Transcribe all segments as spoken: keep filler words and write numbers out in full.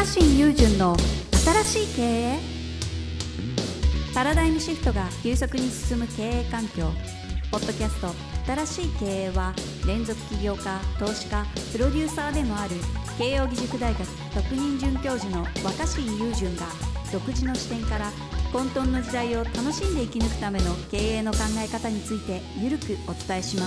新雄純の新しい経営。パラダイムシフトが急速に進む経営環境。ポッドキャスト新しい経営は、連続起業家、投資家、プロデューサーでもある慶應義塾大学特任准教授の若新雄純が、独自の視点から混沌の時代を楽しんで生き抜くための経営の考え方についてゆるくお伝えします。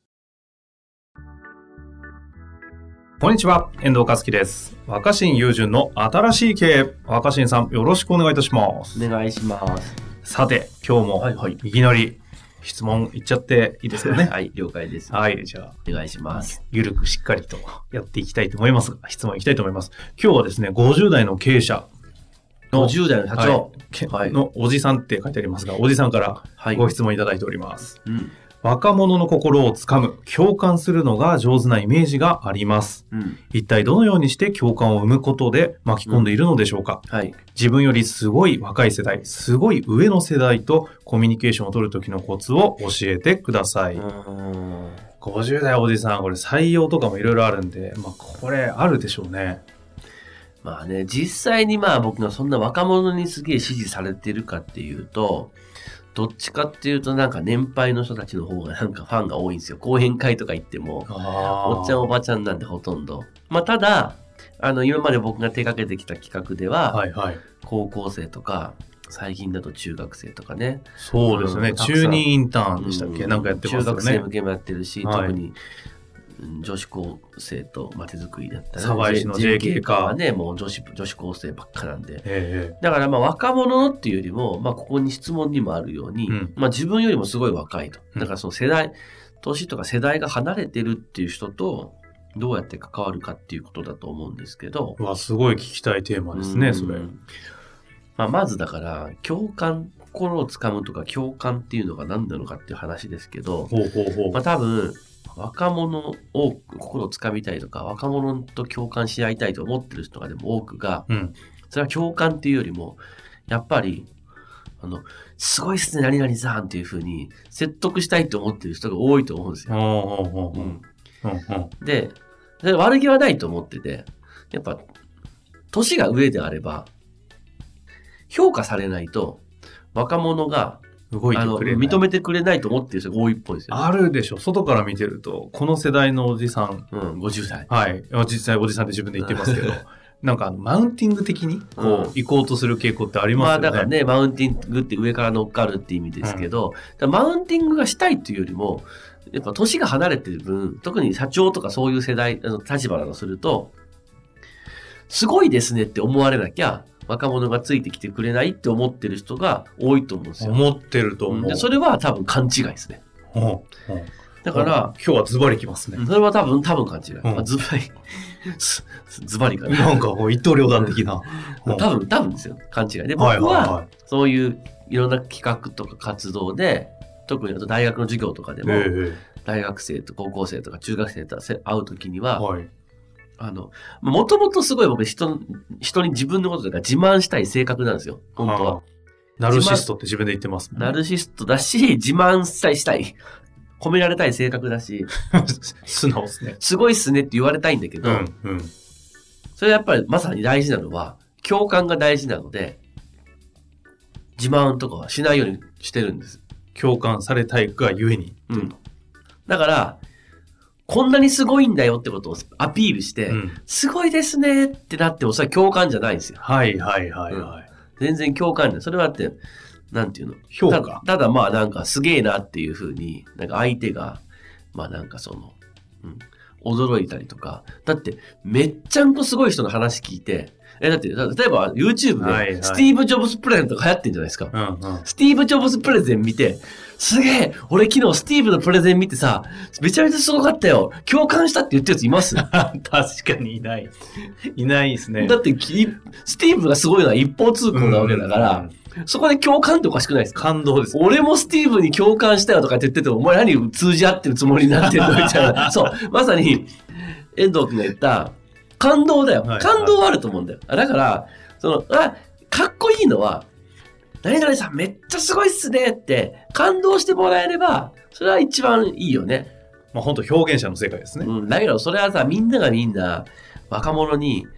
こんにちは、遠藤和樹です。若新雄純の新しい経営。若新さん、よろしくお願いいたします。 お願いします。 さて、今日も、はいはい、いきなり質問いっちゃっていいですかね。 はい、了解です。 はい、じゃあお願いします。 ゆるくしっかりとやっていきたいと思いますが、質問いきたいと思います。今日はですね、ごじゅう代の経営者のごじゅう代の社長、 はい、のおじさんって書いてありますが、おじさんからご質問いただいております。 はい、うん若者の心をつかむ、共感するのが上手なイメージがあります、うん、一体どのようにして共感を生むことで巻き込んでいるのでしょうか、うんはい、自分よりすごい若い世代、すごい上の世代とコミュニケーションを取る時のコツを教えてください。うーんごじゅう代おじさん、これ採用とかもいろいろあるんで、まあ、これあるでしょうね。 まあね、実際にまあ僕がそんな若者にすげえ支持されているかっていうと、どっちかっていうとなんか年配の人たちの方がなんかファンが多いんですよ。講演会とか行ってもおっちゃんおばちゃんなんでほとんど。まあただあの今まで僕が手掛けてきた企画では、はいはい、高校生とか最近だと中学生とかね。 そうですね。中にインターンでしたっけ、うん、なんかやってますよね。 中学生向けもやってるし、はい、特に女子高生とまちづくりだったら、 鯖江市の ジェーケー かはね、もう女子女子高生ばっかなんで、 ええ、 だからまあ若者っていうよりも、まあここに質問にもあるように、うん、まあ自分よりもすごい若いと、だからその世代、年とか世代が離れてるっていう人とどうやって関わるかっていうことだと思うんですけど、 わすごい聞きたいテーマですね、それ。 まあまずだから共感、心をつかむとか共感っていうのが何なのかっていう話ですけど、 ほうほうほう、 まあ多分若者を心をつかみたいとか若者と共感し合いたいと思ってる人がでも多くが、うん、それは共感っていうよりもやっぱりあのすごいっすね何々さんっていう風に説得したいと思ってる人が多いと思うんですよ。で、悪気はないと思ってて、やっぱ年が上であれば評価されないと若者が動いてくれない、認めてくれないと思ってる人が多いっぽいですよ、ね、 あるでしょ。外から見てるとこの世代のおじさん、 うん、ごじゅう代、 はい、実際おじさんって自分で言ってますけどなんかマウンティング的にこう、うん、行こうとする傾向ってありますよね。 まあだからね、マウンティングって上から乗っかるって意味ですけど、うん、マウンティングがしたいっていうよりもやっぱ年が離れてる分、特に社長とかそういう世代の立場だとするとすごいですねって思われなきゃ若者がついてきてくれないって思ってる人が多いと思うんですよ。 思ってると思う。 でそれは多分勘違いですね。 うんうん、 だから今日はズバリきますね。 それは多分多分勘違い。うんまあ、ズバリズバリかな。 なんか一刀両断的な。 多分多分ですよ。勘違いで、僕はそういういろんな企画とか活動で、特にあと大学の授業とかでも、えー、大学生と高校生とか中学生と会うときには。はい、あの、もともとすごい僕人、人に自分のこととか自慢したい性格なんですよ。本当は。 ナルシストって自分で言ってますもんね。 ナルシストだし、自慢したいしたい。褒められたい性格だし。 素直ですね。 すごいっすねって言われたいんだけど、うんうん、それやっぱりまさに大事なのは、共感が大事なので、自慢とかはしないようにしてるんです。 共感されたいがゆえに。 うん。だから、こんなにすごいんだよってことをアピールして、うん、すごいですねってなってもそれは共感じゃないんですよ。 はいはいはいはい。うん、 全然共感じゃない。それはって、なんていうの評価。 た, ただまあなんかすげえなっていうふうに、なんか相手が、まあなんかその、うん、驚いたりとか。だってめっちゃんこすごい人の話聞いて、え、だって、例えば YouTube でスティーブ・ジョブズプレゼントが流行ってるんじゃないですか。はいはい、スティーブ・ジョブズプレゼン見て、すげえ俺昨日スティーブのプレゼン見てさ、めちゃめちゃすごかったよ。共感したって言ってるやついます確かにいない。いないですね。 だって、スティーブがすごいのは一方通行なわけだから、うんうん、そこで共感っておかしくないですか？ 感動です。 俺もスティーブに共感したよとかって言ってても、お前何通じ合ってるつもりになってるのみたいな。そう。まさに、遠藤君が言った、感動だよ。感動はあると思うんだよ。だから、その、あ、かっこいいのは、何々さんめっちゃすごいっすねって感動してもらえれば、それは一番いいよね。 まあ本当表現者の世界ですね。 うん。だけどそれはさ、みんながみんな若者に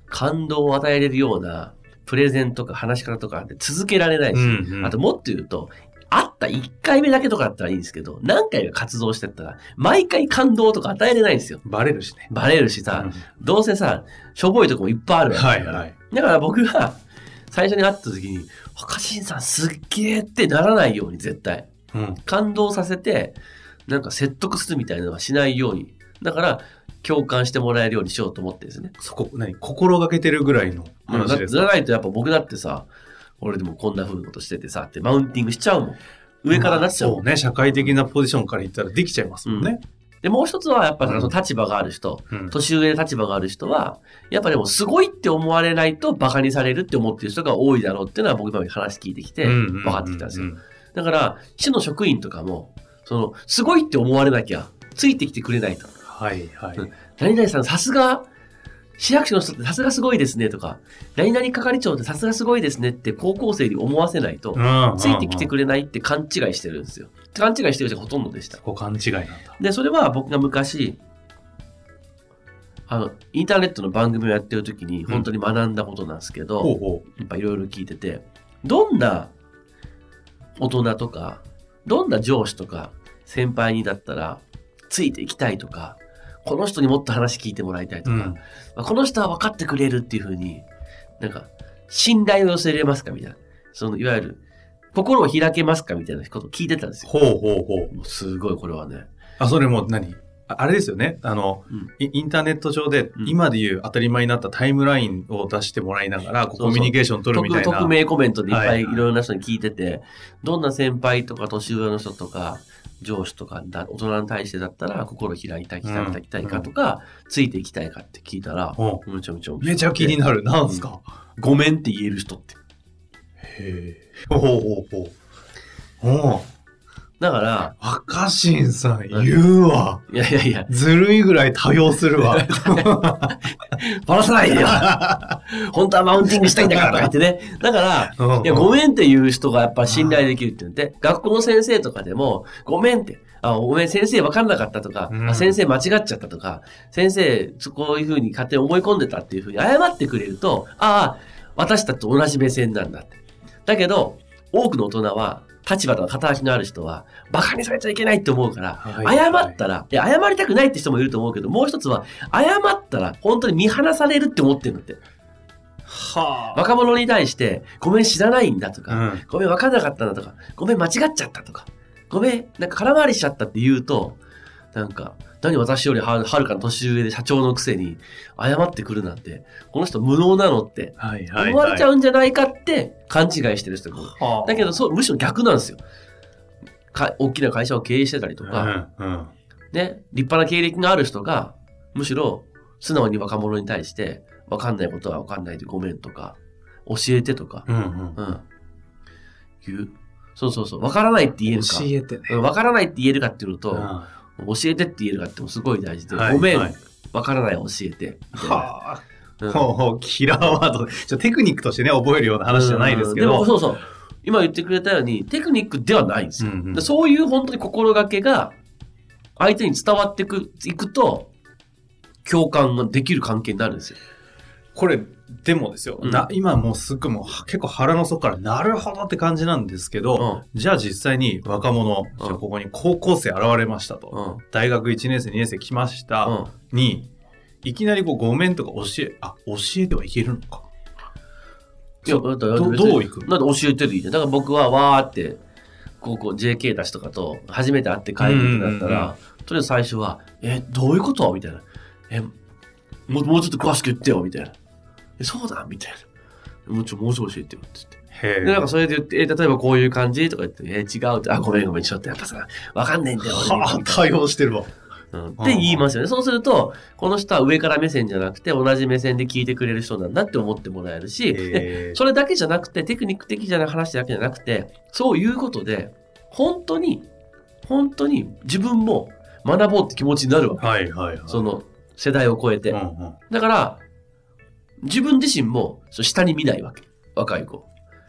感動を与えれるようなプレゼンとか話し方とかって続けられないし、うんうん、あともっと言うと、会ったいっかいめだけとかだったらいいんですけど、何回か活動してったら、毎回感動とか与えれないんですよ。 バレるしね。 バレるしさ、うん、どうせさ、しょぼいとこもいっぱいあるわけだから。はいはい、だから僕が最初に会った時に、若新さんすっげーってならないように絶対。うん、感動させて、なんか説得するみたいなのはしないように。だから、共感してもらえるようにしようと思ってですね。 そこ、何心がけてるぐらいの話ですか？ じゃないとやっぱ僕だってさ、俺でもこんな風なことしててさってマウンティングしちゃうもん。上からなっちゃうもん。 まあ、そうね。社会的なポジションから言ったらできちゃいますもんね。 うん、で、もう一つはやっぱその立場がある人、うん、年上で立場がある人は、やっぱでもすごいって思われないとバカにされるって思ってる人が多いだろうっていうのは僕今話聞いてきて分かってきたんですよ。だから、市の職員とかも、その、すごいって思われなきゃついてきてくれないと。 はいはい。 何々さんさすが、市役所の人ってさすがすごいですねとか、何々係長ってさすがすごいですねって高校生に思わせないと、ついてきてくれないって勘違いしてるんですよ。勘違いしてる人がほとんどでした。 こ勘違いなんだ。 で、それは僕が昔、あの、インターネットの番組をやってる時に本当に学んだことなんですけど、うん、ほうほうやっぱいろいろ聞いてて、どんな大人とか、どんな上司とか先輩にだったらついていきたいとか、この人にもっと話聞いてもらいたいとか、うん、この人は分かってくれるっていう風に、なんか、信頼を寄せれますかみたいな。その、いわゆる、心を開けますかみたいなことを聞いてたんですよ。 ほうほうほう。 もうすごいこれはね。 あ、それも何あれですよね。あの、うん、インターネット上で、今でいう当たり前になったタイムラインを出してもらいながら、コミュニケーション取るみたいな。 そうそう、匿名コメントでいっぱいいろんな人に聞いてて、はい、どんな先輩とか年上の人とか、上司とか大人に対してだったら心開いたい、開いたいかとか、うん、ついていきたいかって聞いたら、 うん、 めちゃめちゃめちゃ気になる。なんすか、 うん、ごめんって言える人って。 へぇー。ほうほうほう。ほう。 だから、 若新さん言うわ。 いやいやいや。 ずるいぐらい多用するわ。 バラさないでよ。本当はマウンティングしたいんだからとか言ってね。だから、うんうん、いやごめんっていう人がやっぱ信頼できるって言って、学校の先生とかでも、ごめんって、あ、ごめん先生分かんなかったとか、うん、あ先生間違っちゃったとか、先生こういうふうに勝手に思い込んでたっていうふうに謝ってくれると、ああ、私たちと同じ目線なんだって。だけど、多くの大人は、立場とか肩書きのある人は、バカにされちゃいけないって思うから、はいはい、謝ったら、いや、謝りたくないって人もいると思うけど、もう一つは、謝ったら、本当に見放されるって思ってるんだって。はあ、若者に対して、ごめん知らないんだとか、うん、ごめん分かんなかったんだとか、ごめん間違っちゃったとか、ごめん、なんか空回りしちゃったって言うと、なんか、何私よりはるかの年上で社長のくせに謝ってくるなんて、この人無能なのって思われちゃうんじゃないかって勘違いしてる人が多い。はあ、だけどそう、むしろ逆なんですよ。か大きな会社を経営してたりとか、うんうん、ね、立派な経歴がある人が、むしろ素直に若者に対して、分かんないことは分かんないでごめんとか、教えてとか、うんうんうん、言う。そうそうそう。分からないって言えるか。 教えてね。 分からないって言えるかっていうのと、うん教えてって言えるかってもすごい大事で、はい、ごめん、わ、はい、からない教えて。はあ、うん、ほうキラーワード。ちょテクニックとしてね、覚えるような話じゃないですけど。 でもそうそう。今言ってくれたように、テクニックではないんですよ。うんうん、そういう本当に心がけが、相手に伝わっていく、いくと、共感ができる関係になるんですよ。 これ、でもですよ、うん、な今もうすぐもう結構腹の底からなるほどって感じなんですけど、うん、じゃあ実際に若者、うん、じゃあここに高校生現れましたと、うん、大学いちねん生にねん生来ました、うん、にいきなりこうごめんとか教えあ教えてはいけるのかいやだってどどういくだって教えてるいいねだから僕はわーって高校 ジェーケー たちとかと初めて会って帰るってなったら、うんうんうん、とりあえず最初はえどういうことみたいなえもうもうちょっと詳しく言ってよみたいなそうだみたいな。もうちょ、もうちょい教えてよって言って。で、なんかそれで言って、え、例えばこういう感じとか言って、え、違うって、あ、ごめんごめん、ちょっとやっぱさ、わかんないんだよ。 はぁ、対応してるわ。 うん。って言いますよね。そうすると、この人は上から目線じゃなくて、同じ目線で聞いてくれる人なんだって思ってもらえるし、でそれだけじゃなくて、テクニック的じゃない話だけじゃなくて、そういうことで、本当に、本当に自分も学ぼうって気持ちになるわけ。 はいはいはい。 その世代を超えて。うんうん、だから、自分自身も下に見ないわけ。若い子。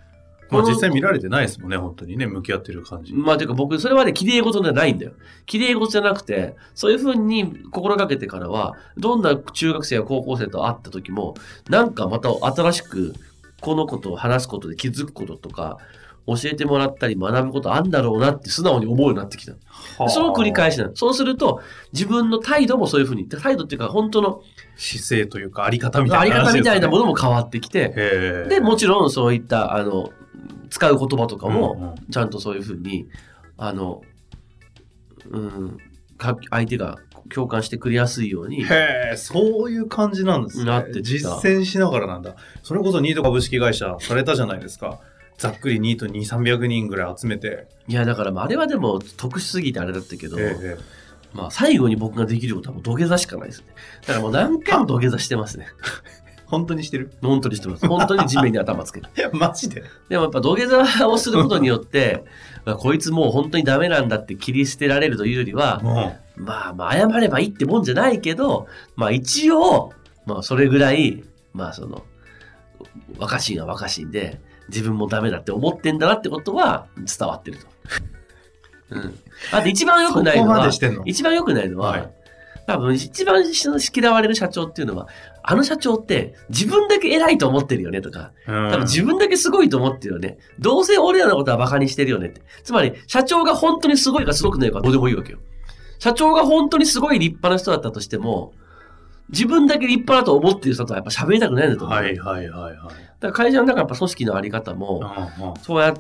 まあ実際見られてないですもんね、本当にね、向き合ってる感じ。 まあていうか僕、それはね、綺麗事じゃないんだよ。綺麗事じゃなくて、そういうふうに心がけてからは、どんな中学生や高校生と会った時も、なんかまた新しく、このことを話すことで気づくこととか、教えてもらったり学ぶことあんだろうなって素直に思うようになってきた。その繰り返しなの。そうすると、自分の態度もそういうふうに、態度っていうか本当の姿勢というか、あり方みたいな、 ね、あり方みたいなものも変わってきて、で、もちろんそういった、あの、使う言葉とかも、ちゃんとそういうふうに、あの、うん、相手が共感してくれやすいように。 へえ、そういう感じなんですね。 なって実践しながらなんだ。それこそニート株式会社されたじゃないですか。ざっくりニートにせんさんびゃくにんぐらい集めて。 いや、だからあれはでも特殊すぎてあれだったけど、 ええ、 まあ最後に僕ができることはもう土下座しかないですね。だからもう何回も土下座してますね。 本当にしてる？ 本当にしてます。本当に地面に頭つける。 いや、マジで？ でもやっぱ土下座をすることによって、まあ、こいつもう本当にダメなんだって切り捨てられるというよりは、まあまあ謝ればいいってもんじゃないけど、まあ一応、まあそれぐらい、まあその、若しいは若しいんで、自分もダメだって思ってんだなってことは伝わってると。うん。あと一番良くないのは、の一番良くないのは、はい、多分一番嫌われる社長っていうのは、あの社長って自分だけ偉いと思ってるよねとか、多分自分だけすごいと思ってるよね。どうせ俺らのことはバカにしてるよねって。つまり、社長が本当にすごいかすごくないかどうでもいいわけよ。社長が本当にすごい立派な人だったとしても、自分だけ立派だと思ってる人とはやっぱ喋りたくないんだと思う。 はいはいはいはい。 だから会社の中やっぱ組織のあり方も、そうやって、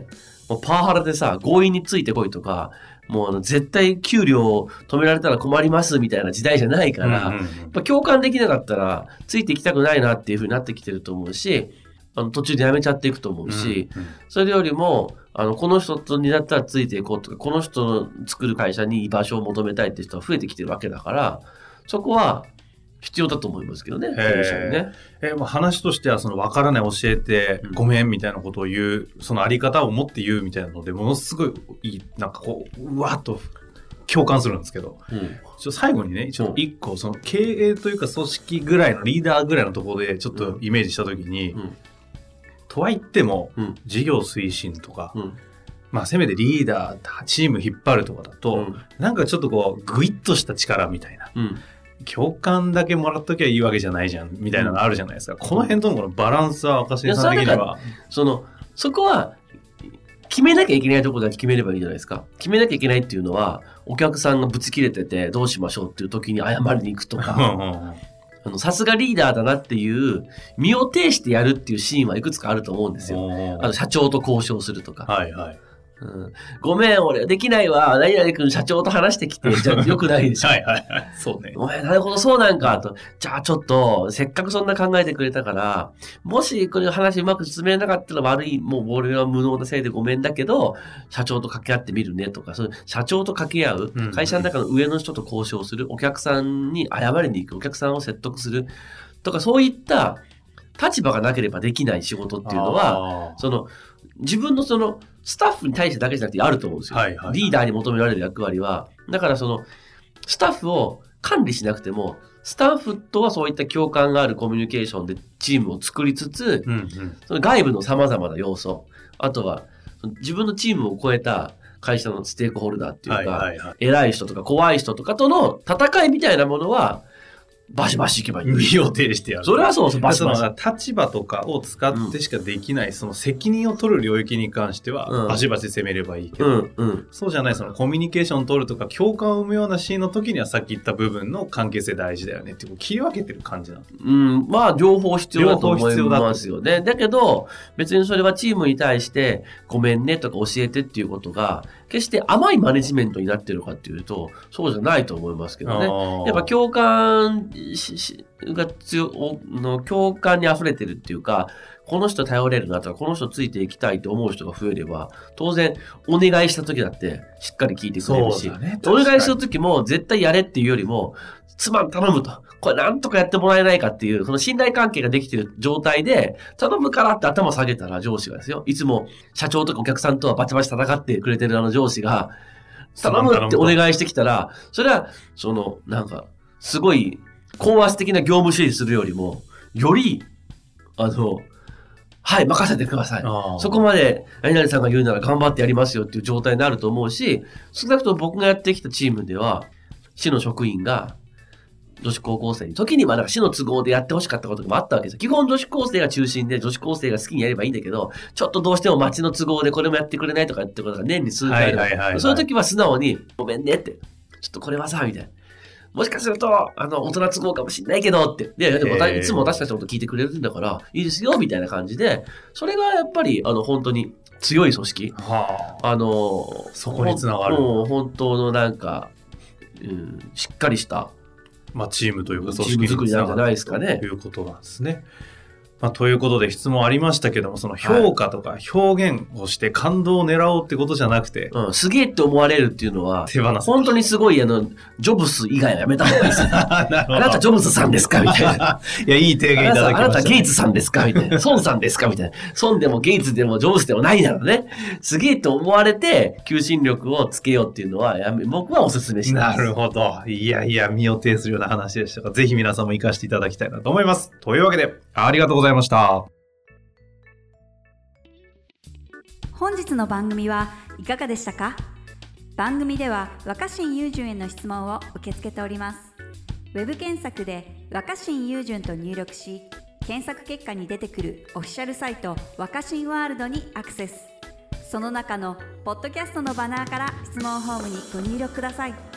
もうパワハラでさ、強引についてこいとか、もうあの絶対給料を止められたら困りますみたいな時代じゃないから、うんうんうん、やっぱ共感できなかったらついていきたくないなっていう風になってきてると思うし、あの途中で辞めちゃっていくと思うし、うんうん、それよりも、あの、この人にだったらついていこうとか、この人の作る会社に居場所を求めたいって人は増えてきてるわけだから、そこは必要だと思いますけどね。 ねえー、もう話としてはその分からない教えてごめんみたいなことを言う、うん、そのあり方を持って言うみたいなのでものすごいいいなんかこううわっと共感するんですけど、うん、ちょっと最後にね一応一個その経営というか組織ぐらいのリーダーぐらいのところでちょっとイメージしたときに、うん、とは言っても、うん、事業推進とか、うん、まあせめてリーダーチーム引っ張るとかだと、うん、なんかちょっとこうグイッとした力みたいな、うん共感だけもらっときゃいいわけじゃないじゃんみたいなのあるじゃないですか、うん、この辺とのこのバランスは若新さん的にはそのそこは決めなきゃいけないところだけ決めればいいじゃないですか。決めなきゃいけないっていうのはお客さんがぶち切れててどうしましょうっていう時に謝りに行くとかさすがリーダーだなっていう身を挺してやるっていうシーンはいくつかあると思うんですよ。あと社長と交渉するとか、 はいはいうん、ごめん俺できないわ何々君社長と話してきてじゃよくないでしょはいはいはいそうねお前なるほどそうなんかとじゃあちょっとせっかくそんな考えてくれたからもしこれ話うまく進めなかったら悪いもう俺は無能なせいでごめんだけど社長と掛け合ってみるねとかそう社長と掛け合う会社の中の上の人と交渉するお客さんに謝りに行くお客さんを説得するとかそういった立場がなければできない仕事っていうのはその自分のそのスタッフに対してだけじゃなくてあると思うんですよ、はいはいはい、リーダーに求められる役割はだからそのスタッフを管理しなくてもスタッフとはそういった共感があるコミュニケーションでチームを作りつつ、うんうん、その外部の様々な要素あとは自分のチームを超えた会社のステークホルダーっていうか、はいはいはい、偉い人とか怖い人とかとの戦いみたいなものはバシバシいけばいい。 身を挺してやる。 それはそうそう、バシバシ。 その立場とかを使ってしかできない、うん、その責任を取る領域に関しては、うん、バシバシ攻めればいいけど、うんうん、そうじゃない、そのコミュニケーションを取るとか、共感を生むようなシーンの時にはさっき言った部分の関係性大事だよねって切り分けてる感じなの。 うん、まあ、両方必要だと思いますよね。だけど、別にそれはチームに対して、ごめんねとか教えてっていうことが、決して甘いマネジメントになってるかっていうと、そうじゃないと思いますけどね。やっぱ共感ししが強の共感に溢れてるっていうか、この人頼れるなとか、この人ついていきたいと思う人が増えれば、当然お願いした時だってしっかり聞いてくれるし、ね、お願いする時も絶対やれっていうよりも、つまん頼むと。これなんとかやってもらえないかっていう、その信頼関係ができてる状態で、頼むからって頭下げたら上司がですよ。いつも社長とかお客さんとはバチバチ戦ってくれてるあの上司が、頼むってお願いしてきたら、それは、その、なんか、すごい高圧的な業務指示するよりも、より、あの、 はい任せてください、そこまで何々さんが言うなら頑張ってやりますよっていう状態になると思うし、少なくとも僕がやってきたチームでは市の職員が女子高校生に時にはなんか市の都合でやってほしかったこともあったわけですよ。基本女子高生が中心で女子高生が好きにやればいいんだけど、ちょっとどうしても町の都合でこれもやってくれないとかってことが年に数回ある、はいはいはいはい、そういう時は素直にごめんねって、ちょっとこれはさみたいな、もしかするとあの大人都合かもしれないけどって、ででもいつも私たちのこと聞いてくれるんだからいいですよみたいな感じで、それがやっぱりあの本当に強い組織、はあ、あのそこにつながるもう本当のなんか、うん、しっかりしたまあ、チームというか組織に作りなんじゃないですかね。 ということなんですね。まあ、ということで質問ありましたけども、その評価とか表現をして感動を狙おうってことじゃなくて、 うん、すげえって思われるっていうのは手放す、本当にすごいあのジョブス以外はやめた方がいいですよ。あなたジョブスさんですかみたいな。 いやいい提言いただきました、ね。 あなたゲイツさんですかみたいな。孫さんですかみたいな。孫でもゲイツでもジョブスでもないならね。すげえと思われて求心力をつけようっていうのはやめ僕はお勧めします。 なるほど。いやいや身を挺するような話でしたが、ぜひ皆さんも活かしていただきたいなと思います。というわけでありがとうございました。 本日の番組はいかがでしたか？番組では若新雄純への質問を受け付けております。ウェブ検索で若新雄純と入力し、検索結果に出てくるオフィシャルサイト若新ワールドにアクセス。その中のポッドキャストのバナーから質問フォームにご入力ください。